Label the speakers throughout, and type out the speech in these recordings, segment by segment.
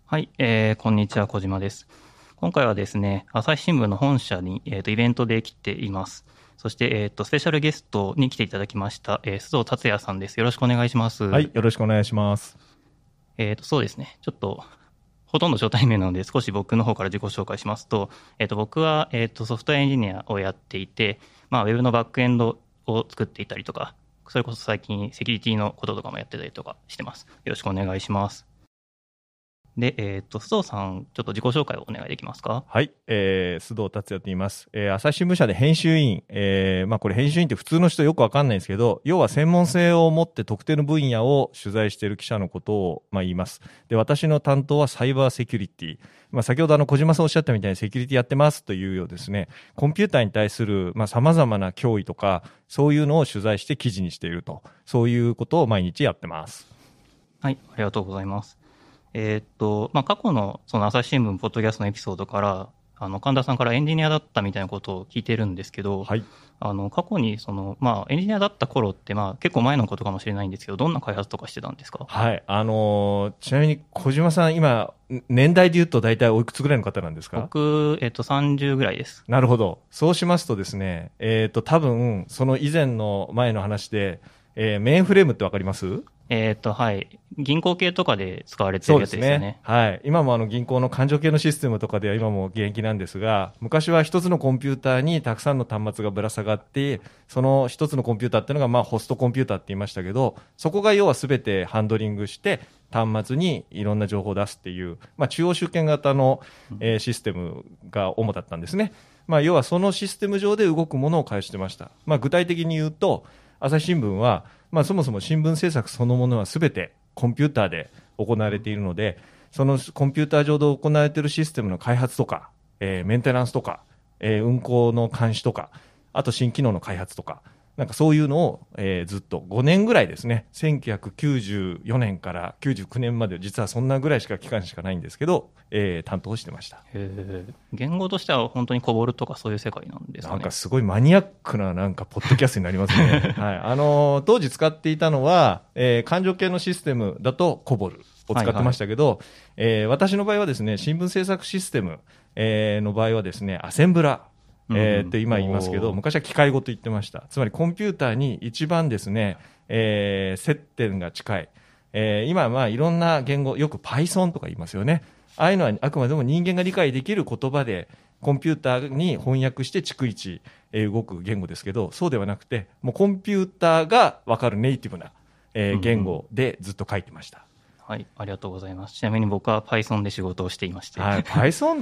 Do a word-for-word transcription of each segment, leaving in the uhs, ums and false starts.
Speaker 1: はい、えー、こんにちは、小島です。今回はですね、朝日新聞の本社に、えーと、イベントで来ています。そして、えーと、スペシャルゲストに来ていただきました、えー、須藤達也さんです。よろしくお願いします。
Speaker 2: はい、よろしくお願いします。
Speaker 1: えーと、そうですね、ちょっと、ほとんど初対面なので、少し僕の方から自己紹介しますと、えーと、僕は、えーと、ソフトウェアエンジニアをやっていて、まあ、ウェブのバックエンドを作っていたりとか、それこそ最近セキュリティのこととかもやってたりとかしてます。よろしくお願いします。で、えっと、須藤さん、ちょっと自己紹介をお願いできますか？
Speaker 2: はい、えー、須藤達也と言います。えー、朝日新聞社で編集員、えー、まあこれ編集員って普通の人よくわかんないんですけど、要は専門性を持って特定の分野を取材している記者のことを、まあ、言います。で、私の担当はサイバーセキュリティ。まあ先ほどあの小島さんおっしゃったみたいにセキュリティやってますというようですね、コンピューターに対する、まあ様々な脅威とか、そういうのを取材して記事にしていると、そういうことを毎日やってます。
Speaker 1: はい、ありがとうございます。えーっと、まあ、過去のその朝日新聞ポッドキャストのエピソードから、あの、神田さんからエンジニアだったみたいなことを聞いてるんですけど、
Speaker 2: はい。
Speaker 1: あの、過去にその、まあ、エンジニアだった頃って、まあ、結構前のことかもしれないんですけど、どんな開発とかしてたんですか？
Speaker 2: はい。あのーちなみに小島さん、今、年代で言うと大体おいくつぐらいの方なんですか？
Speaker 1: 僕、えっと、さんじゅうぐらいです。
Speaker 2: なるほど。そうしますとですね、えっと、多分、その以前の前の話で、えーメインフレームってわかります？
Speaker 1: えっと、はい。銀行系とかで使われてるや
Speaker 2: そうですね。
Speaker 1: つですよね。
Speaker 2: はい。今もあの銀行の勘定系のシステムとかでは今も現役なんですが、昔は一つのコンピューターにたくさんの端末がぶら下がって、その一つのコンピューターっていうのがまあホストコンピューターって言いましたけど、そこが要はすべてハンドリングして端末にいろんな情報を出すっていう、まあ中央集権型の、えーシステムが主だったんですね。まあ要はそのシステム上で動くものを返してました。まあ具体的に言うと、朝日新聞は、まあそもそも新聞制作そのものはすべてコンピューターで行われているので、そのコンピューター上で行われているシステムの開発とか、えーメンテナンスとか、えー運行の監視とか、あと新機能の開発とか、なんかそういうのを、えーずっとごねんぐらいですね、せんきゅうひゃくきゅうじゅうよねんからきゅうじゅうきゅうねんまで、実はそんなぐらいしか期間しかないんですけど、えー担当してました。
Speaker 1: へー言語としては本当にコボルとかそういう世界なんです
Speaker 2: なんか
Speaker 1: かね。
Speaker 2: すごいマニアックななんかポッドキャストになりますね。はい。あのー当時使っていたのは、えー、感情系のシステムだとコボルを使ってましたけど、えー私の場合はですね、新聞制作システム、えーの場合はですね、アセンブラ、えーって今言いますけど、
Speaker 1: おー
Speaker 2: 昔は機械語と言ってました。つまりコンピューターに一番ですね、えー接点が近い。えー今はまあいろんな言語、よく Python とか言いますよね。ああいうのはあくまでも人間が理解できる言葉で、コンピューターに翻訳して逐一、えー動く言語ですけど、そうではなくて、もうコンピューターが分かるネイティブな、えー言語でずっと書いてました。
Speaker 1: はい、ありがとうございます。ちなみに僕は Python で仕事をしていまして。
Speaker 2: はい。Python って、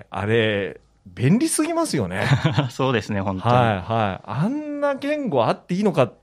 Speaker 2: あれ、便利すぎますよね。
Speaker 1: そうですね、本当に。
Speaker 2: はい、はい。あんな言語あっていいのかって、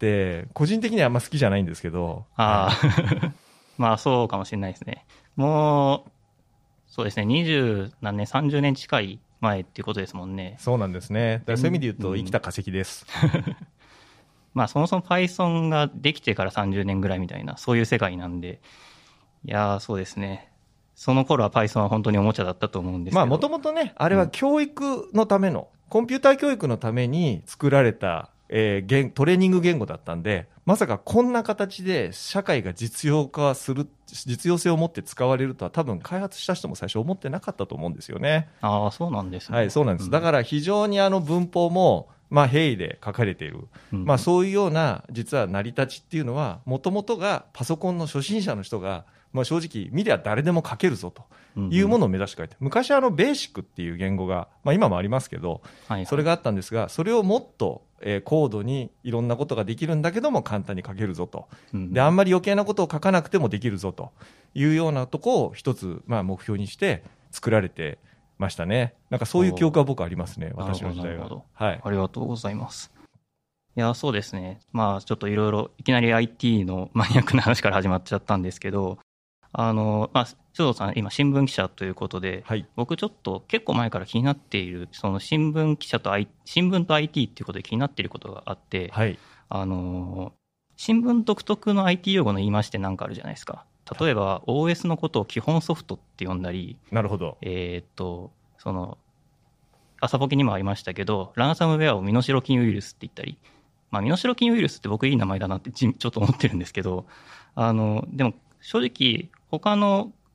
Speaker 2: 個人的にはあんま好きじゃないんですけど、
Speaker 1: あ
Speaker 2: はい。
Speaker 1: あ、まあそうかもしれないですね。もう、そうですね、にじゅう何年、さんじゅうねん近い前っていうことですもんね。
Speaker 2: そうなんですね。だからそういう意味で言うと、生き
Speaker 1: うん、
Speaker 2: た化石です。
Speaker 1: まあそもそも Python ができてからさんじゅうねんぐらいみたいな、そういう世界なんで、いやー、そうですね。その頃は Python は本当におもちゃだったと思うんです
Speaker 2: まあ、もと
Speaker 1: けど。
Speaker 2: もとね、あれ
Speaker 1: うん、
Speaker 2: は教育のための、コンピューター教育のために作られた、えー言トレーニング言語だったんで、まさかこんな形で社会が実用化する、実用性を持って使われるとは多分開発した人も最初思ってなかったと思うんですよね。
Speaker 1: ああ、そうなんです
Speaker 2: はい、
Speaker 1: ね。
Speaker 2: そうなんです。だ
Speaker 1: うん、
Speaker 2: から非常にあの文法も、まあ、平易で書かれている。
Speaker 1: うん、
Speaker 2: まあ、そういうような、実は成り立ちっていうのは、もともとがパソコンの初心者の人が、まあ、正直、見りゃ誰でも書けるぞと
Speaker 1: うん、うん。
Speaker 2: いうものを目指して書いて、昔はあの、ベーシックっていう言語が、まあ、今もありますけど、
Speaker 1: はいはい。
Speaker 2: それがあったんですが、それをもっと、えー高度にいろんなことができるんだけども、簡単に書けるぞと。で、あ
Speaker 1: うん、
Speaker 2: んまり余計なことを書かなくてもできるぞというようなとこを一つ、まあ、目標にして作られてましたね。なんかそういう記憶は僕ありますね、
Speaker 1: なるほど、
Speaker 2: 私の時代は。
Speaker 1: なるほど。
Speaker 2: はい。
Speaker 1: ありがとうございます。いや、そうですね。まあ、ちょっといろいろ、いきなり アイティー のマニアックな話から始まっちゃったんですけど、あの、まあ、須藤さん、今、新聞記者ということで、
Speaker 2: はい。
Speaker 1: 僕ちょっと結構前から気になっている、その新聞記者と、I、新聞と アイティー っていうことで気になっていることがあって、
Speaker 2: はい。
Speaker 1: あの、新聞独特の アイティー 用語の言い回しってなんかあるじゃないですか。例えば、オーエス のことを基本ソフトって呼んだり、
Speaker 2: なるほど。
Speaker 1: えーっと、その、朝ポケにもありましたけど、ランサムウェアを身代金ウイルスって言ったり、まあ、身代金ウイルスって僕いい名前だなってちちょっと思ってるんですけど、あの、でも正直、他の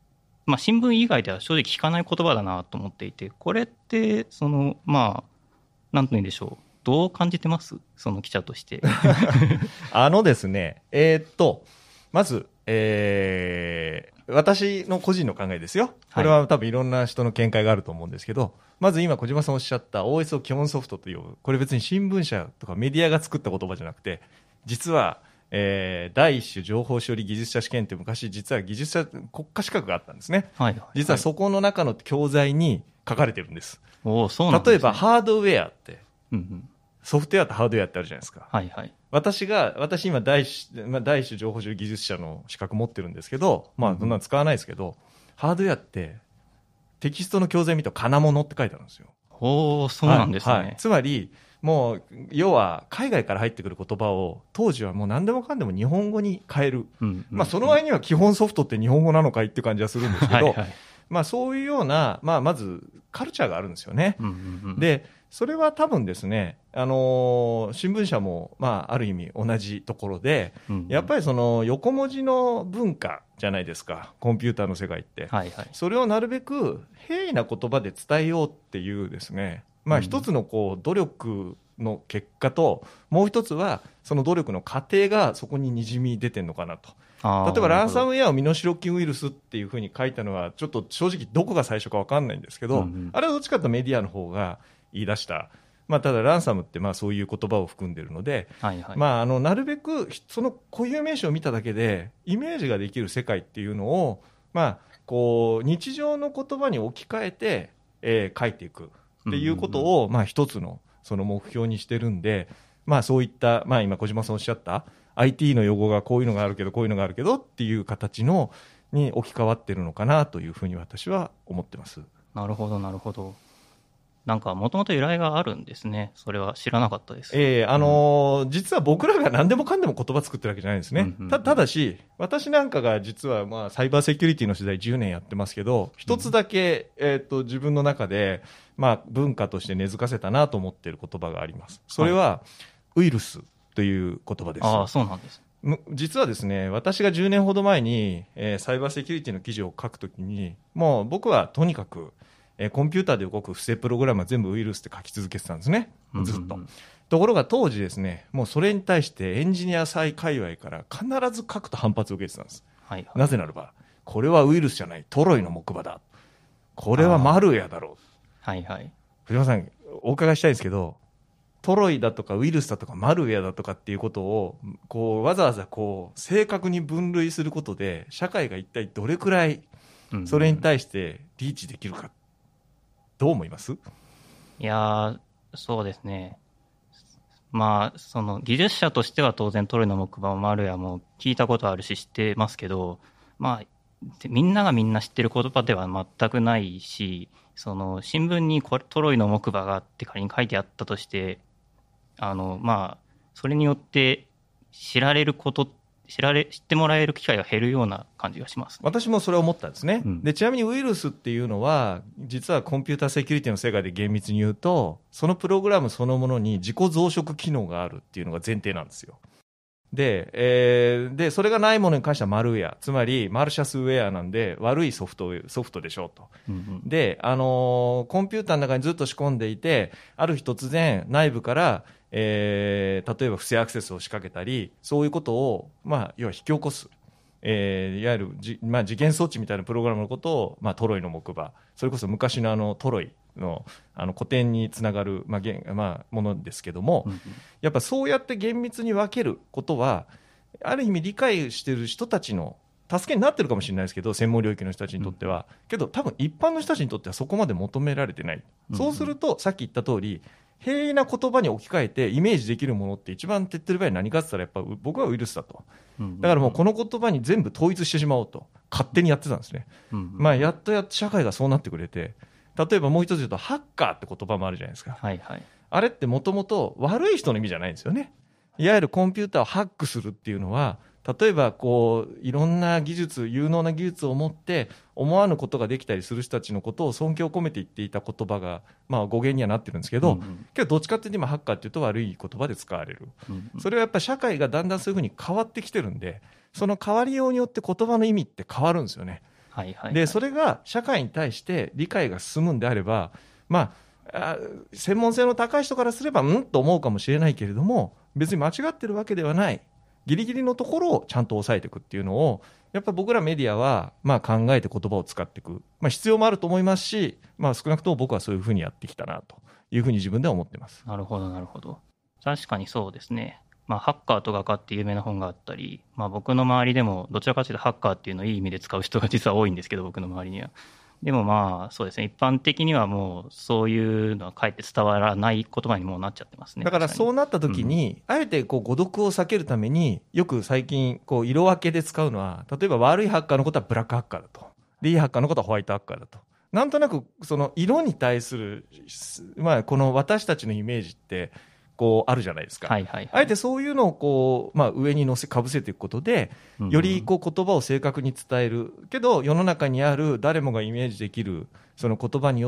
Speaker 1: まあ、新聞以外では正直聞かない言葉だなと思っていて、これってそのまあなんと言うんでしょう、どう感じてます、その記者として
Speaker 2: あのですね、えーっとまず、えー私の個人の考えですよ。これは多分いろんな人の見解があると思うんですけど、まず今小島さんおっしゃった オーエス を基本ソフトという、これ別に新聞社とかメディアが作った言葉じゃなくて、実は、えー第一種情報処理技術者試験って昔実は技術者国家資格があったんですね。
Speaker 1: はいはいはい、
Speaker 2: 実はそこの中の教材に書かれてるんです。
Speaker 1: おー、そうなんですね。
Speaker 2: 例えばハードウェアって、
Speaker 1: うんうん、
Speaker 2: ソフトウェアとハードウェアってあるじゃないですか。
Speaker 1: はいはい。
Speaker 2: 私が、私今第一、まあ、第一種情報処理技術者の資格持ってるんですけど、まあそんなの使わないですけど、うん、ハードウェアってテキストの教材見ると金物って書いてあるんですよ。
Speaker 1: おー、そうなんですね。
Speaker 2: はいはい、つまり、もう、要は海外から入ってくる言葉を、当時はもう何でもかんでも日本語に変える。うんうんうん、まあその割には基本ソフトって日本語なのかいっていう感じはするんですけど、はいはい、まあそういうような、まあまずカルチャーがあるんですよね。うんうんうん、で、それは多分ですね、あのー、新聞社も、まあ、ある意味同じところで、うんうん、やっぱりその横文字の文化じゃないですか、コンピューターの世界って。はいはい、それをなるべく平易な言葉で伝えようっていうですね、まあ一つのこう努力の結果と、もう一つはその努力の過程がそこににじみ出てるのかなと。例えばランサムウェアを身代金ウイルスっていうふうに書いたのは、ちょっと正直どこが最初か分かんないんですけど、うんうん、あれはどっちかというとメディアの方が言い出した、まあ、ただランサムってまあそういう言葉を含んでいるので、はいはい、まあ、あのなるべくその固有名詞を見ただけでイメージができる世界っていうのを、まあ、こう日常の言葉に置き換えて、えー、書いていくっていうことを、まあ、一つのその目標にしてるんで、まあ、そういった、まあ、今小島さんおっしゃった アイティー の用語がこういうのがあるけどこういうのがあるけどっていう形のに置き換わってるのかなというふうに私は思ってます。
Speaker 1: なるほどなるほど。なんかもともと由来があるんですね。それは知らなかったです。
Speaker 2: えーあのーうん、実は僕らが何でもかんでも言葉作ってるわけじゃないんですね。うんうんうん、た, ただし私なんかが実はまあサイバーセキュリティの取材じゅうねんやってますけど、一つだけ、えー、と自分の中でまあ文化として根付かせたなと思っている言葉があります。それは、はい、ウイルスという言葉です。
Speaker 1: ああ、そうなんです。
Speaker 2: 実はですね、私がじゅうねんほど前に、えー、サイバーセキュリティの記事を書くときに、もう僕はとにかくえー、コンピューターで動く不正プログラムは全部ウイルスって書き続けてたんですね、ずっと、うんうんうん、ところが当時ですね、もうそれに対してエンジニア界隈から必ず書くと反発を受けてたんです、はいはい、なぜならばこれはウイルスじゃない、トロイの木馬だ、これはマルウェアだろう、
Speaker 1: はいはい、
Speaker 2: 藤間さんお伺いしたいんですけど、トロイだとかウイルスだとかマルウェアだとかっていうことをこうわざわざこう正確に分類することで社会が一体どれくらいそれに対してリーチできるか、うんうん、どう思います？
Speaker 1: いやそうですね、まあその技術者としては当然トロイの木馬もマルウェアも聞いたことあるし知ってますけど、まあみんながみんな知ってる言葉では全くないし、その新聞にこれトロイの木馬があって仮に書いてあったとして、あのまあそれによって知られること知られ知ってもらえる機会が減るような感じがします、ね、
Speaker 2: 私もそれを思ったんですね、うん、でちなみにウイルスっていうのは実はコンピューターセキュリティの世界で厳密に言うとそのプログラムそのものに自己増殖機能があるっていうのが前提なんですよ。で、えー、でそれがないものに関してはマルウェア、つまりマルシャスウェアなんで悪いソフトソフトでしょうと、うんうん、で、あのー、コンピューターの中にずっと仕込んでいてある日突然内部から、えー、例えば不正アクセスを仕掛けたりそういうことを、まあ、要は引き起こす、えー、いわゆるじ、まあ、事件装置みたいなプログラムのことを、まあ、トロイの木馬、それこそ昔のあのトロイの, あの古典につながる、まあまあ、ものですけども、うんうん、やっぱそうやって厳密に分けることはある意味理解している人たちの助けになってるかもしれないですけど、専門領域の人たちにとっては、うん、けど多分一般の人たちにとってはそこまで求められてない、うんうん、そうするとさっき言った通り平易な言葉に置き換えてイメージできるものって一番手っ取り早い何かって言ったらやっぱ僕はウイルスだと、うんうんうん、だからもうこの言葉に全部統一してしまおうと勝手にやってたんですね、うんうん、まあ、やっとやっと社会がそうなってくれて、例えばもう一つ言うとハッカーって言葉もあるじゃないですか、はいはい、あれってもともと悪い人の意味じゃないんですよね。いわゆるコンピューターをハックするっていうのは例えばこういろんな技術有能な技術を持って思わぬことができたりする人たちのことを尊敬を込めて言っていた言葉が、まあ、語源にはなってるんですけど、うんうん、けどどっちかっていうと今ハッカーっていうと悪い言葉で使われる、うんうん、それはやっぱり社会がだんだんそういうふうに変わってきてるんで、その変わりようによって言葉の意味って変わるんですよね。
Speaker 1: はいはいはい、
Speaker 2: でそれが社会に対して理解が進むんであれば、まあ、あ専門性の高い人からすればうんと思うかもしれないけれども、別に間違ってるわけではない、ギリギリのところをちゃんと抑えていくっていうのを、やっぱり僕らメディアはまあ考えて言葉を使っていく、まあ、必要もあると思いますし、まあ、少なくとも僕はそういうふうにやってきたなというふうに自分では思ってます。
Speaker 1: なるほどなるほど。確かにそうですね。まあ、ハッカーと画家って有名な本があったり、まあ、僕の周りでもどちらかというとハッカーっていうのをいい意味で使う人が実は多いんですけど、僕の周りには。でもまあそうですね、一般的にはもうそういうのはかえって伝わらない言葉にもうなっちゃってますね。
Speaker 2: だからそうなった時に、うん、あえてこう誤読を避けるためによく最近こう色分けで使うのは、例えば悪いハッカーのことはブラックハッカーだと、でいいハッカーのことはホワイトハッカーだと、なんとなくその色に対する、まあ、この私たちのイメージってこうあるじゃないですか、
Speaker 1: はいはいはい、
Speaker 2: あえてそういうのをこう、まあ、上に乗せかぶせていくことで、よりこう言葉を正確に伝えるけど、世の中にある誰もがイメージできるその言葉によって、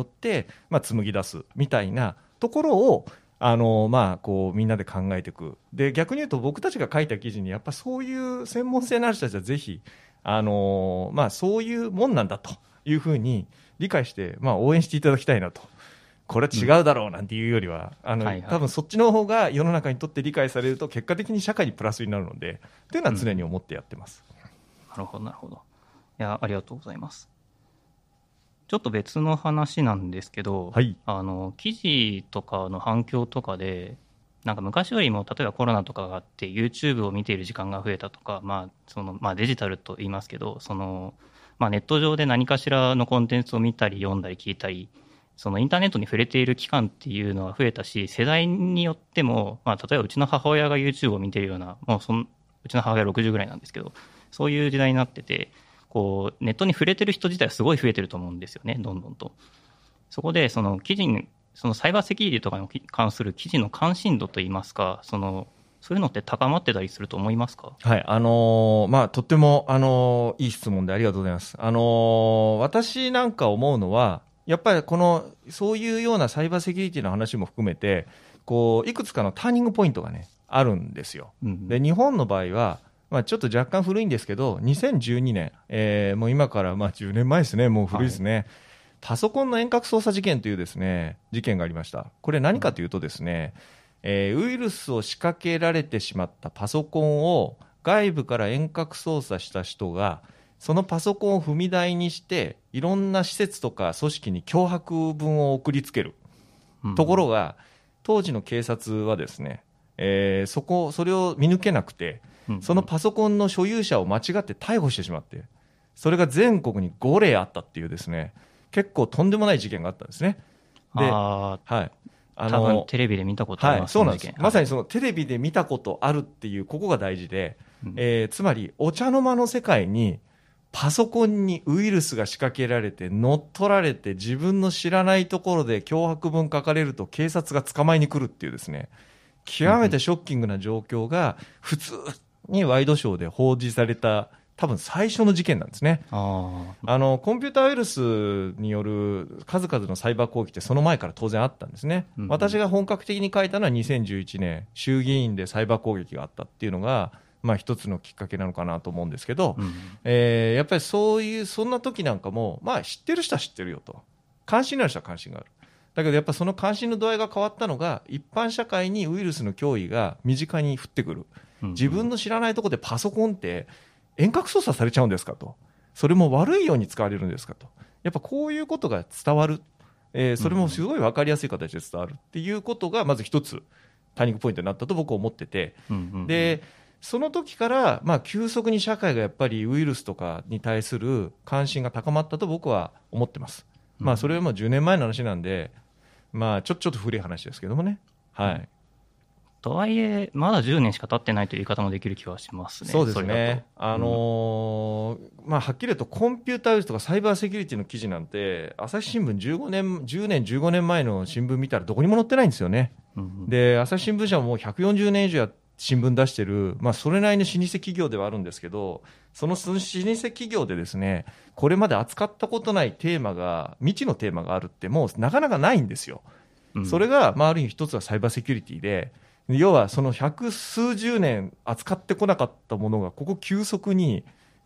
Speaker 2: まあ、紡ぎ出すみたいなところをあの、まあ、こうみんなで考えていく。で逆に言うと僕たちが書いた記事にやっぱそういう専門性のある人たちはぜひあの、まあ、そういうもんなんだというふうに理解して、まあ、応援していただきたいなと。これは違うだろうなんていうよりは、うん、あのはいはい、多分そっちの方が世の中にとって理解されると結果的に社会にプラスになるのでというのは常に思ってやってます、
Speaker 1: うん、なるほどなるほど。いやありがとうございます。ちょっと別の話なんですけど、
Speaker 2: はい、
Speaker 1: あの記事とかの反響とかでなんか昔よりも例えばコロナとかがあって YouTube を見ている時間が増えたとか、まあそのまあ、デジタルと言いますけど、その、まあ、ネット上で何かしらのコンテンツを見たり読んだり聞いたり、そのインターネットに触れている期間っていうのは増えたし、世代によっても、まあ、例えばうちの母親が YouTube を見ているような、もうそのうちの母親ろくじゅうぐらいなんですけど、そういう時代になってて、こうネットに触れてる人自体はすごい増えてると思うんですよね、どんどんと。そこでその記事にそのサイバーセキュリティとかに関する記事の関心度といいますか、そのそういうのって高まってたりすると思いますか？
Speaker 2: はい、あのーまあ、とっても、あのーいい質問でありがとうございます。あのー私なんか思うのは、やっぱりこのそういうようなサイバーセキュリティの話も含めて、こういくつかのターニングポイントが、ね、あるんですよ。うん、で日本の場合は、まあ、ちょっと若干古いんですけど、にせんじゅうにねん、えー、もう今からまあじゅうねんまえですね、もう古いですね、はい、パソコンの遠隔操作事件というですね事件がありました。これ何かというとですね、えー、ウイルスを仕掛けられてしまったパソコンを外部から遠隔操作した人が、そのパソコンを踏み台にしていろんな施設とか組織に脅迫文を送りつける、うん、ところが当時の警察はですね、えー、そこそれを見抜けなくて、うん、そのパソコンの所有者を間違って逮捕してしまって、それが全国にごれいあったっていうですね、結構とんでもない事件があったんですね。で、
Speaker 1: あ、
Speaker 2: はい、
Speaker 1: あの多分テレビで見たことあります、
Speaker 2: はい、そうなんです、はい、まさにそのテレビで見たことあるっていうここが大事で、うん、えー、つまりお茶の間の世界にパソコンにウイルスが仕掛けられて乗っ取られて、自分の知らないところで脅迫文書かれると警察が捕まえに来るっていうですね、極めてショッキングな状況が普通にワイドショーで報じされた多分最初の事件なんですね。
Speaker 1: あ
Speaker 2: あのコンピューターウイルスによる数々のサイバー攻撃ってその前から当然あったんですね、うんうん、私が本格的に書いたのはにせんじゅういちねん、衆議院でサイバー攻撃があったっていうのがまあ、一つのきっかけなのかなと思うんですけど、うん、えー、やっぱりそういうそんな時なんかも、まあ、知ってる人は知ってるよと、関心のある人は関心がある。だけどやっぱその関心の度合いが変わったのが、一般社会にウイルスの脅威が身近に降ってくる、うんうん、自分の知らないところでパソコンって遠隔操作されちゃうんですかと、それも悪いように使われるんですかと、やっぱこういうことが伝わる、えー、それもすごい分かりやすい形で伝わるっていうことがまず一つターニングポイントになったと僕は思ってて、うんうんうん、でその時から、まあ、急速に社会がやっぱりウイルスとかに対する関心が高まったと僕は思ってます、うん、まあ、それはもうじゅうねんまえの話なんで、まあ、ちょ、ちょっと古い話ですけどもね、はい、うん、
Speaker 1: とはいえまだじゅうねんしか経ってないという言い方もできる気はしますね。
Speaker 2: そうですね、あのーうん、まあ、はっきり言うとコンピューターウイルスとかサイバーセキュリティの記事なんて朝日新聞じゅうごねんじゅうねんじゅうごねんまえの新聞見たらどこにも載ってないんですよね、うんうん、で朝日新聞社ももうひゃくよんじゅうねん以上やって新聞出してる、まあ、それなりの老舗企業ではあるんですけど、その老舗企業でですね、これまで扱ったことないテーマが未知のテーマがあるってもうなかなかないんですよ、うん、それが、まあ、ある意味一つはサイバーセキュリティで、要はその百数十年扱ってこなかったものがここ急速に、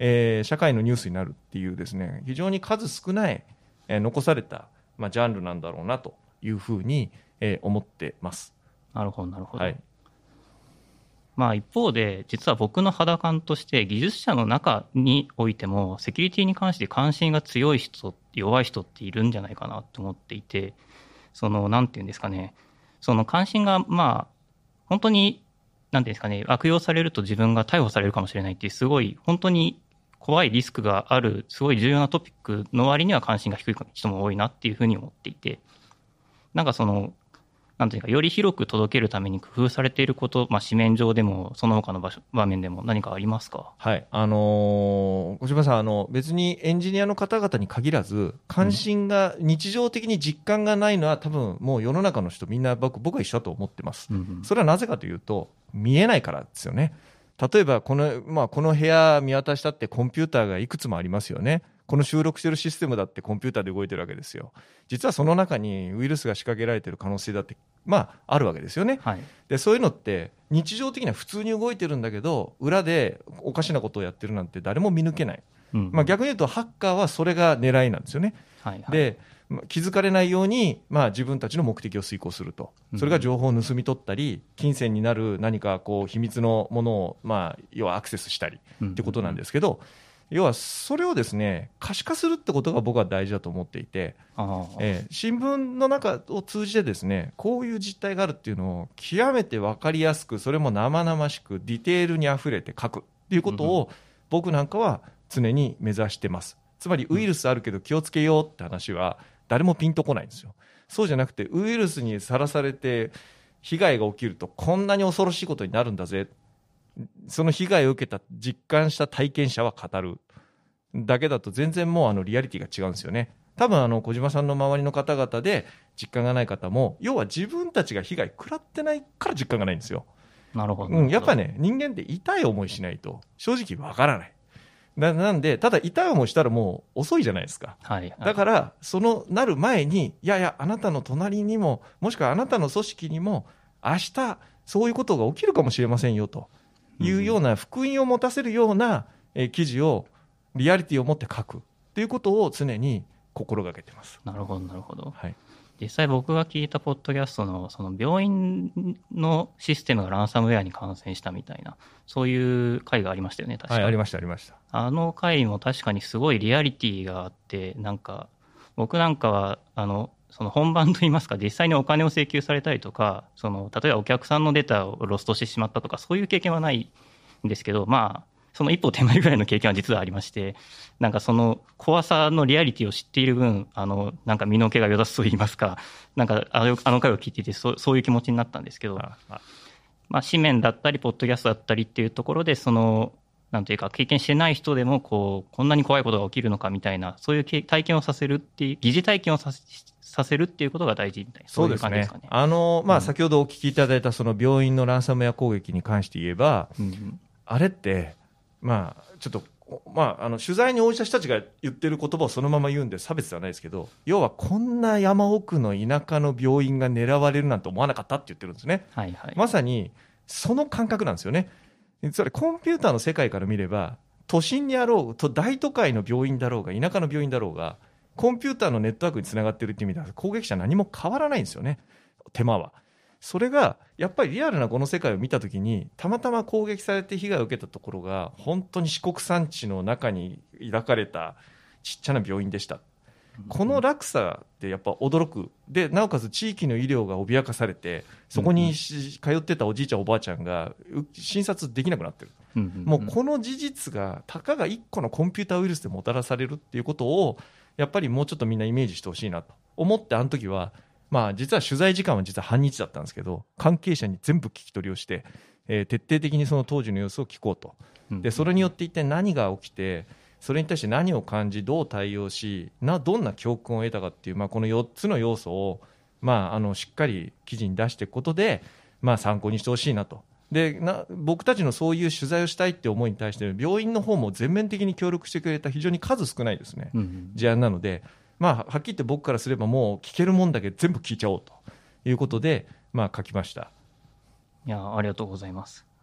Speaker 2: えー、社会のニュースになるっていうですね、非常に数少ない、えー、残された、まあ、ジャンルなんだろうなというふうに、えー、思ってます。
Speaker 1: なるほどなるほど。
Speaker 2: はい。
Speaker 1: まあ、一方で実は僕の肌感として技術者の中においてもセキュリティに関して関心が強い人弱い人っているんじゃないかなと思っていて、そのなんていうんですかね、その関心がまあ本当になんていうんですかね、悪用されると自分が逮捕されるかもしれないっていうすごい本当に怖いリスクがあるすごい重要なトピックの割には関心が低い人も多いなっていうふうに思っていて、なんかそのなんていうかより広く届けるために工夫されていること、まあ、紙面上でもその他の場所場面でも何かありますか？
Speaker 2: はい、あのー、小島さん、あの別にエンジニアの方々に限らず関心が日常的に実感がないのは、うん、多分もう世の中の人みんな僕僕は一緒だと思ってます、うんうん、それはなぜかというと見えないからですよね。例えばこの、まあ、この部屋見渡したってコンピューターがいくつもありますよね。この収録しているシステムだってコンピューターで動いてるわけですよ。実はその中にウイルスが仕掛けられている可能性だって、まあ、あるわけですよね、はい、でそういうのって日常的には普通に動いてるんだけど裏でおかしなことをやってるなんて誰も見抜けない、うんまあ、逆に言うとハッカーはそれが狙いなんですよね、はいはい、で気づかれないように、まあ、自分たちの目的を遂行すると、それが情報を盗み取ったり金銭になる何かこう秘密のものを、まあ、要はアクセスしたりってことなんですけど、要はそれをですね可視化するってことが僕は大事だと思っていて、えー、新聞の中を通じてですねこういう実態があるっていうのを極めて分かりやすく、それも生々しくディテールにあふれて書くっていうことを僕なんかは常に目指してます。つまりウイルスあるけど気をつけようって話は誰もピンとこないんですよ。そうじゃなくてウイルスにさらされて被害が起きるとこんなに恐ろしいことになるんだぜ、その被害を受けた実感した体験者は語るだけだと全然もうあのリアリティが違うんですよね。多分あの小島さんの周りの方々で実感がない方も要は自分たちが被害食らってないから実感がないんですよ。
Speaker 1: なるほど、
Speaker 2: うん、やっぱね人間って痛い思いしないと正直わからない。な, なんでただ痛い思いしたらもう遅いじゃないですか、はいはい、だからそのなる前にいやいやあなたの隣にももしくはあなたの組織にも明日そういうことが起きるかもしれませんよというような福音を持たせるような、え記事をリアリティを持って書くということを常に心がけてます。
Speaker 1: なるほどなるほど、
Speaker 2: はい、
Speaker 1: 実際僕が聞いたポッドキャスト の, その病院のシステムがランサムウェアに感染したみたいなそういう回がありましたよね確か、
Speaker 2: はい、ありましたありました。
Speaker 1: あの回も確かにすごいリアリティがあって、なんか僕なんかはあのその本番といいますか実際にお金を請求されたりとか、その例えばお客さんのデータをロストしてしまったとかそういう経験はないんですけど、まあその一歩手前ぐらいの経験は実はありまして、なんかその怖さのリアリティを知っている分、あのなんか身の毛がよだつと言いますか、なんかあのあの回を聞いていてそ う, そういう気持ちになったんですけど、ああまあ、紙面だったりポッドキャストだったりっていうところでそのなんていうか経験してない人でもこうこんなに怖いことが起きるのかみたいなそういう体験をさせるっていう疑似体験をさせさせるっていうことが大事みたいな、そういう感じですかね。
Speaker 2: あの、まあ、先ほどお聞きいただいたその病院のランサムウェア攻撃に関して言えば、うん、あれって、まあ、ちょっと、まあ、あの取材に応じた人たちが言ってる言葉をそのまま言うんで差別ではないですけど、要はこんな山奥の田舎の病院が狙われるなんて思わなかったって言ってるんですね、はいはい、まさにその感覚なんですよね。つまりコンピューターの世界から見れば都心にあろうと大都会の病院だろうが田舎の病院だろうがコンピューターのネットワークにつながっているという意味では攻撃者は何も変わらないんですよね、手間は。それがやっぱりリアルなこの世界を見たときにたまたま攻撃されて被害を受けたところが本当に四国山地の中に抱かれたちっちゃな病院でした。この落差ってやっぱ驚く。でなおかつ地域の医療が脅かされてそこに通ってたおじいちゃんおばあちゃんが診察できなくなってる。もうこの事実がたかがいっこのコンピューターウイルスでもたらされるっていうことをやっぱりもうちょっとみんなイメージしてほしいなと思って、あの時はまあ実は取材時間は実は半日だったんですけど関係者に全部聞き取りをして、えー、徹底的にその当時の様子を聞こうと。でそれによって一体何が起きてそれに対して何を感じどう対応しなどんな教訓を得たかっていう、まあ、このよっつの要素を、まあ、あのしっかり記事に出していくことで、まあ、参考にしてほしいなと。でな僕たちのそういう取材をしたいって思いに対して病院の方も全面的に協力してくれた非常に数少ないですね、うんうん、事案なので、まあ、はっきり言って僕からすればもう聞けるもんだけ全部聞いちゃおうということで、まあ、書きました。
Speaker 1: いやありがとうございます。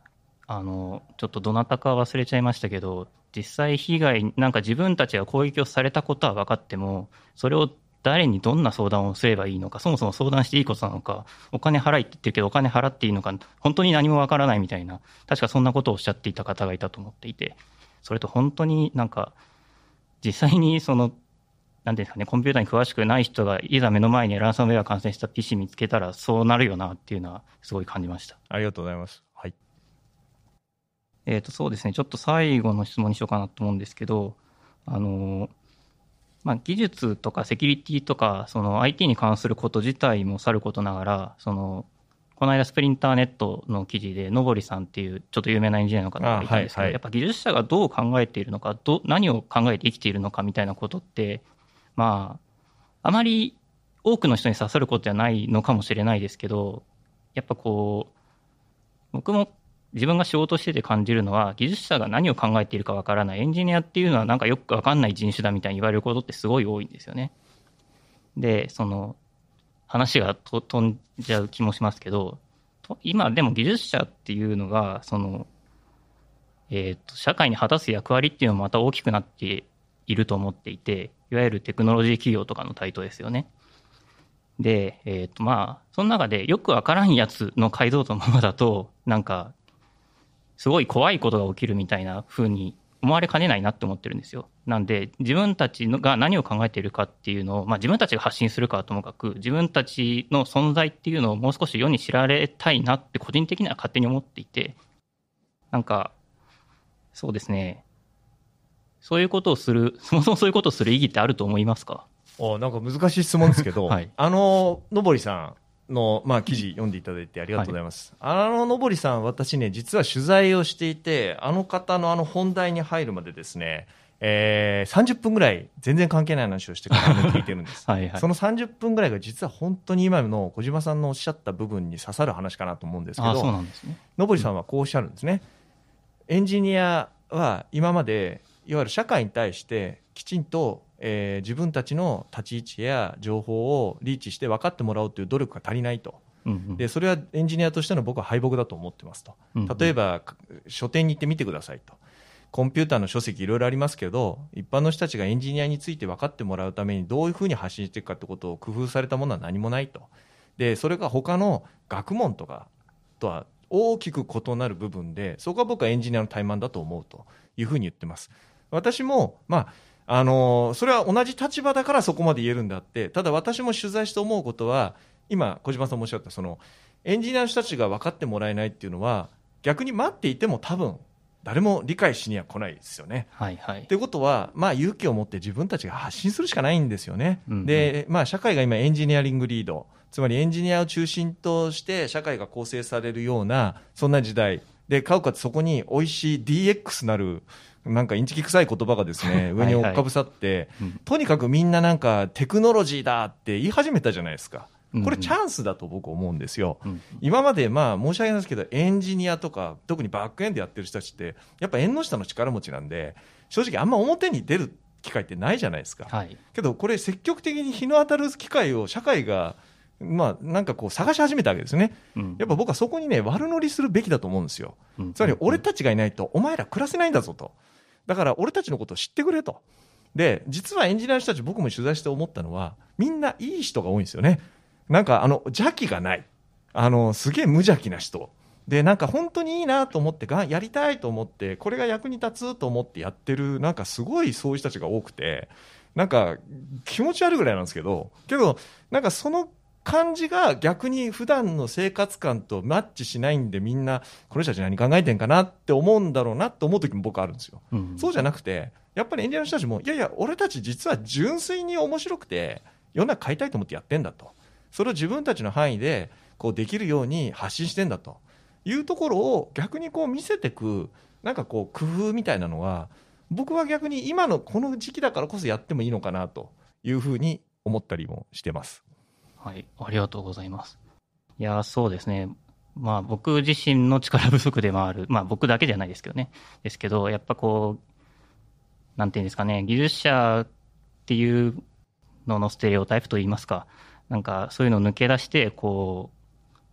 Speaker 1: あのちょっとどなたか忘れちゃいましたけど、実際被害、なんか自分たちが攻撃をされたことは分かっても、それを誰にどんな相談をすればいいのか、そもそも相談していいことなのか、お金払いって言ってるけどお金払っていいのか、本当に何も分からないみたいな、確かそんなことをおっしゃっていた方がいたと思っていて、それと本当になんか実際にそのなんていうんですかね、コンピューターに詳しくない人がいざ目の前にランサムウェア感染した ピーシー 見つけたらそうなるよなっていうのはすごい感じました。
Speaker 2: ありがとうございます。はい。
Speaker 1: えーとそうですね、ちょっと最後の質問にしようかなと思うんですけど、あのまあ、技術とかセキュリティとかその アイティー に関すること自体もさることながら、そのこの間スプリンターネットの記事で野堀さんっていうちょっと有名なエンジニアの方がいたんですけど、はいはい、やっぱ技術者がどう考えているのか、ど何を考えて生きているのかみたいなことって、まあ、あまり多くの人に刺さることじゃないのかもしれないですけど、やっぱこう僕も自分が仕事してて感じるのは、技術者が何を考えているかわからない、エンジニアっていうのはなんかよくわかんない人種だみたいに言われることってすごい多いんですよね。で、その話がと飛んじゃう気もしますけど、今でも技術者っていうのがその、えーと、社会に果たす役割っていうのもまた大きくなっていると思っていて、いわゆるテクノロジー企業とかの台頭ですよね。で、えーとまあ、その中でよくわからんやつの解像度のままだと、なんかすごい怖いことが起きるみたいな風に思われかねないなって思ってるんですよ。なんで自分たちが何を考えているかっていうのを、まあ、自分たちが発信するかはともかく、自分たちの存在っていうのをもう少し世に知られたいなって個人的には勝手に思っていて、なんかそうですね、そういうことをする、そもそもそういうことをする意義ってあると思いますか？
Speaker 2: おなんか難しい質問ですけど、
Speaker 1: はい、
Speaker 2: あののぼりさんの、まあ、記事読んでいただいてありがとうございます、はい、あののぼりさん、私ね実は取材をしていて、あの方のあの本題に入るまでですね、えー、さんじゅっぷんぐらい全然関係ない話をしてから聞いてるんですはい、はい、そのさんじゅっぷんぐらいが実は本当に今の小島さんのおっしゃった部分に刺さる話かなと思うんですけど、
Speaker 1: そうなんですね。
Speaker 2: のぼりさんはこうおっしゃるんですね、うん、エンジニアは今までいわゆる社会に対してきちんと、えー、自分たちの立ち位置や情報をリーチして分かってもらおうという努力が足りないと、うんうん、でそれはエンジニアとしての僕は敗北だと思ってますと、うんうん、例えば書店に行ってみてくださいと、コンピューターの書籍いろいろありますけど、一般の人たちがエンジニアについて分かってもらうためにどういうふうに発信していくかということを工夫されたものは何もないと。でそれが他の学問とかとは大きく異なる部分で、そこは僕はエンジニアの怠慢だと思うというふうに言ってます。私も、まああのー、それは同じ立場だからそこまで言えるんであって、ただ私も取材して思うことは、今小島さんもおっしゃったそのエンジニアの人たちが分かってもらえないっていうのは、逆に待っていても多分誰も理解しには来ないですよね。
Speaker 1: はいはい。
Speaker 2: ということは、まあ、勇気を持って自分たちが発信するしかないんですよね。
Speaker 1: うんうん、
Speaker 2: で、まあ、社会が今エンジニアリングリード、つまりエンジニアを中心として社会が構成されるようなそんな時代で、かうかつそこに美味しい ディーエックス なるなんかインチキ臭い言葉がですね上に追っかぶさってはい、はい、とにかくみんななんかテクノロジーだって言い始めたじゃないですか。これチャンスだと僕思うんですよ、うんうん、今までまあ申し訳ないですけどエンジニアとか特にバックエンドやってる人たちってやっぱ縁の下の力持ちなんで、正直あんま表に出る機会ってないじゃないですか、はい、けどこれ積極的に日の当たる機会を社会がまあなんかこう探し始めたわけですね、うん、やっぱ僕はそこにね悪乗りするべきだと思うんですよ、うん、つまり俺たちがいないとお前ら暮らせないんだぞと、だから俺たちのことを知ってくれと。で実はエンジニアの人たち、僕も取材して思ったのはみんないい人が多いんですよね。なんかあの邪気がない、あのすげえ無邪気な人で、なんか本当にいいなと思ってがやりたいと思って、これが役に立つと思ってやってる、なんかすごいそういう人たちが多くて、なんか気持ち悪いぐらいなんですけど、けどなんかその感じが逆に普段の生活感とマッチしないんで、みんなこの人たち何考えてんかなって思うんだろうなって思う時も僕あるんですよ、うんうん、そうじゃなくてやっぱりエンジニアの人たちもいやいや俺たち実は純粋に面白くて世の中変えたいと思ってやってんだと、それを自分たちの範囲でこうできるように発信してんだというところを逆にこう見せていく、なんかこう工夫みたいなのは僕は逆に今のこの時期だからこそやってもいいのかなというふうに思ったりもしてます。
Speaker 1: はい、ありがとうございます。いやそうですね、まあ僕自身の力不足でもある、まあ僕だけじゃないですけどね、ですけどやっぱこうなんていうんですかね、技術者っていうののステレオタイプといいますか、なんかそういうのを抜け出してこう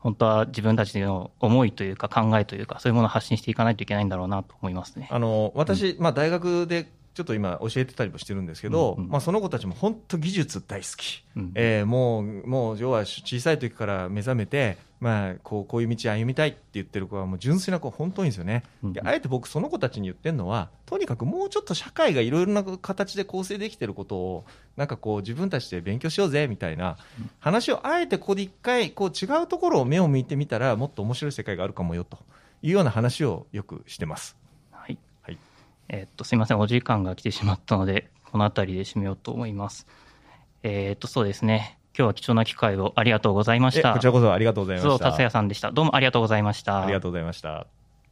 Speaker 1: 本当は自分たちの思いというか考えというか、そういうものを発信していかないといけないんだろうなと思いますね。
Speaker 2: あの私、うん、まあ、大学でちょっと今教えてたりもしてるんですけど、うんうん、まあ、その子たちも本当技術大好き、うん、えー、もう、もう要は小さい時から目覚めて、まあ、こう、こういう道歩みたいって言ってる子はもう純粋な子本当にいいんですよね、うんうん、であえて僕その子たちに言ってるのは、とにかくもうちょっと社会がいろいろな形で構成できてることをなんかこう自分たちで勉強しようぜみたいな話をあえてここで一回こう違うところを目を向いてみたらもっと面白い世界があるかもよというような話をよくしてます。
Speaker 1: はい、はい、えー、っとすいません、お時間が来てしまったのでこの辺りで締めようと思います。えー、っとそうですね、今日は貴重な機会をありがとうございました。
Speaker 2: こちらこそありがとうございました。
Speaker 1: 須藤達也さんでした。どうもありがとうございました。
Speaker 2: ありがとうございました。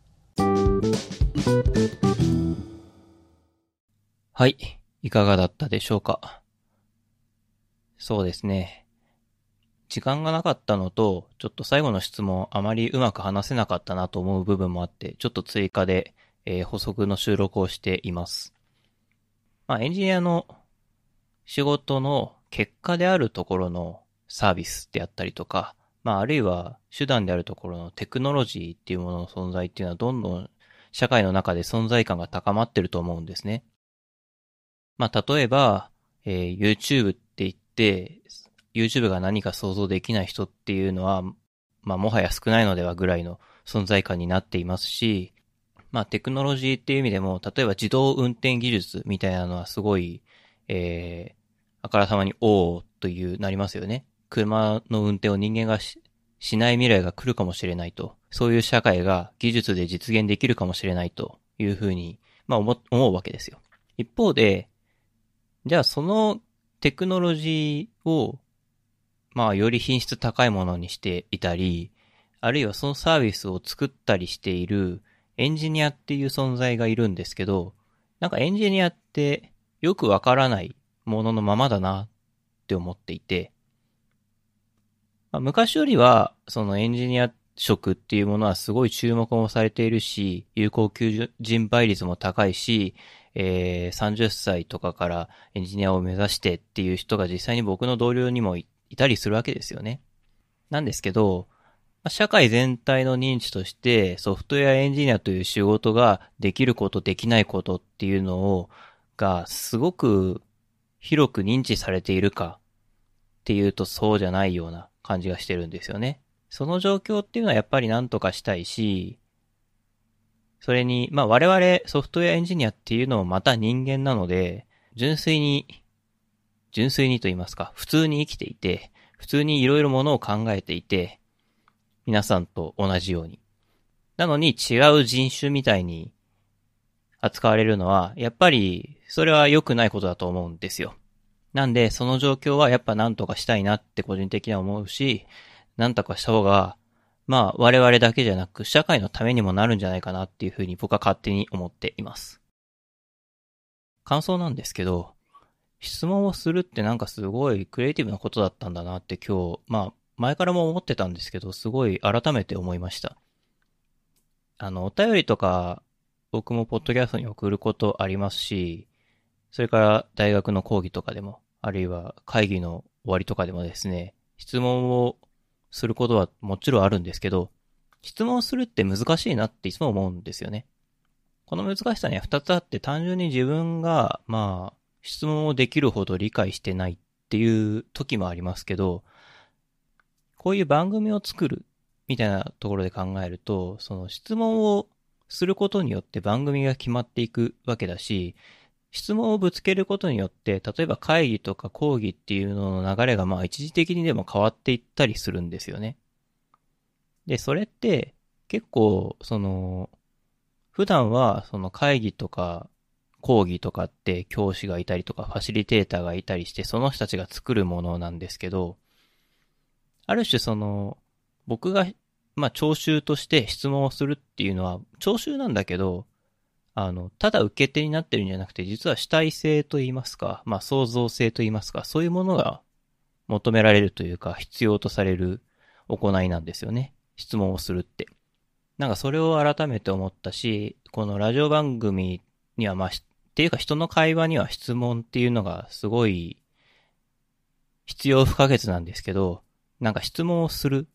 Speaker 3: はい、いかがだったでしょうか。そうですね、時間がなかったのと、ちょっと最後の質問あまりうまく話せなかったなと思う部分もあって、ちょっと追加で、えー、補足の収録をしています。まあ、エンジニアの仕事の結果であるところのサービスであったりとか、まあ、あるいは手段であるところのテクノロジーっていうものの存在っていうのはどんどん社会の中で存在感が高まってると思うんですね。まあ、例えば、えー、YouTube って言って、YouTube が何か想像できない人っていうのは、まあ、もはや少ないのではぐらいの存在感になっていますし、まあ、テクノロジーっていう意味でも、例えば自動運転技術みたいなのはすごい、えー、あからさまにおーというなりますよね。車の運転を人間が し, しない未来が来るかもしれないと。そういう社会が技術で実現できるかもしれないというふうに、まあ思、思うわけですよ。一方で、じゃあそのテクノロジーを、まあより品質高いものにしていたり、あるいはそのサービスを作ったりしているエンジニアっていう存在がいるんですけど、なんかエンジニアってよくわからないもののままだなって思っていて、まあ、昔よりはそのエンジニア職っていうものはすごい注目もされているし、有効求人倍率も高いし、えー、さんじゅっさいとかからエンジニアを目指してっていう人が実際に僕の同僚にもいたりするわけですよね。なんですけど、社会全体の認知としてソフトウェアエンジニアという仕事ができることできないことっていうのをがすごく広く認知されているかっていうとそうじゃないような感じがしてるんですよね。その状況っていうのはやっぱり何とかしたいし、それに、まあ我々ソフトウェアエンジニアっていうのもまた人間なので、純粋に、純粋にと言いますか、普通に生きていて、普通にいろいろものを考えていて、皆さんと同じように。なのに違う人種みたいに扱われるのは、やっぱりそれは良くないことだと思うんですよ。なんで、その状況はやっぱ何とかしたいなって個人的には思うし、何とかした方が、まあ我々だけじゃなく社会のためにもなるんじゃないかなっていうふうに僕は勝手に思っています。感想なんですけど、質問をするってなんかすごいクリエイティブなことだったんだなって今日、まあ前からも思ってたんですけど、すごい改めて思いました。あの、お便りとか僕もポッドキャストに送ることありますし、それから大学の講義とかでも、あるいは会議の終わりとかでもですね、質問をすることはもちろんあるんですけど、質問するって難しいなっていつも思うんですよね。この難しさには二つあって、単純に自分が、まあ、質問をできるほど理解してないっていう時もありますけど、こういう番組を作るみたいなところで考えると、その質問をすることによって番組が決まっていくわけだし、質問をぶつけることによって、例えば会議とか講義っていうのの流れがまあ一時的にでも変わっていったりするんですよね。で、それって結構その、普段はその会議とか講義とかって教師がいたりとかファシリテーターがいたりしてその人たちが作るものなんですけど、ある種その、僕がまあ聴衆として質問をするっていうのは聴衆なんだけど、あの、ただ受け手になってるんじゃなくて、実は主体性と言いますか、まあ創造性と言いますか、そういうものが求められるというか、必要とされる行いなんですよね。質問をするって。なんかそれを改めて思ったし、このラジオ番組にはまあ、っていうか人の会話には質問っていうのがすごい必要不可欠なんですけど、なんか質問をする、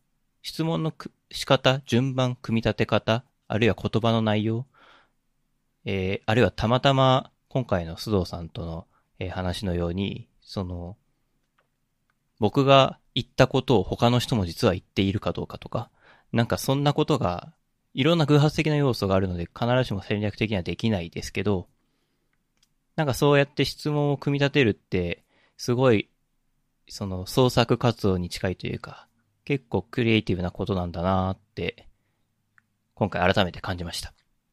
Speaker 3: 質問のく仕方、順番、組み立て方、あるいは言葉の内容、えー、あるいはたまたま今回の須藤さんとの、えー、話のように、その、僕が言ったことを他の人も実は言っているかどうかとか、なんかそんなことが、いろんな偶発的な要素があるので必ずしも戦略的にはできないですけど、なんかそうやって質問を組み立てるって、すごい、その創作活動に近いというか、結構クリエイティブなことなんだなーって、今回改めて感じました。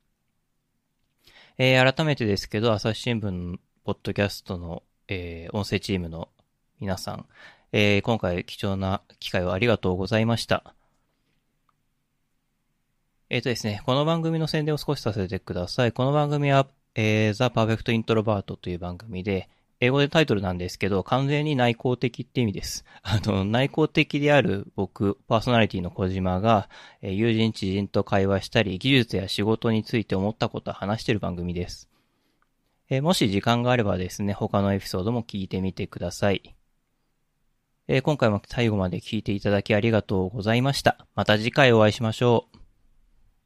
Speaker 3: えー、改めてですけど、朝日新聞ポッドキャストの、えー、音声チームの皆さん、えー、今回貴重な機会をありがとうございました。えーとですね、この番組の宣伝を少しさせてください。この番組は、えー、The Perfect Introvert という番組で、英語でタイトルなんですけど、完全に内向的って意味です。あの、内向的である僕、パーソナリティの小島が、えー、友人知人と会話したり、技術や仕事について思ったことを話している番組です。えー、もし時間があればですね、他のエピソードも聞いてみてください。えー、今回も最後まで聞いていただきありがとうございました。また次回お会いしましょう。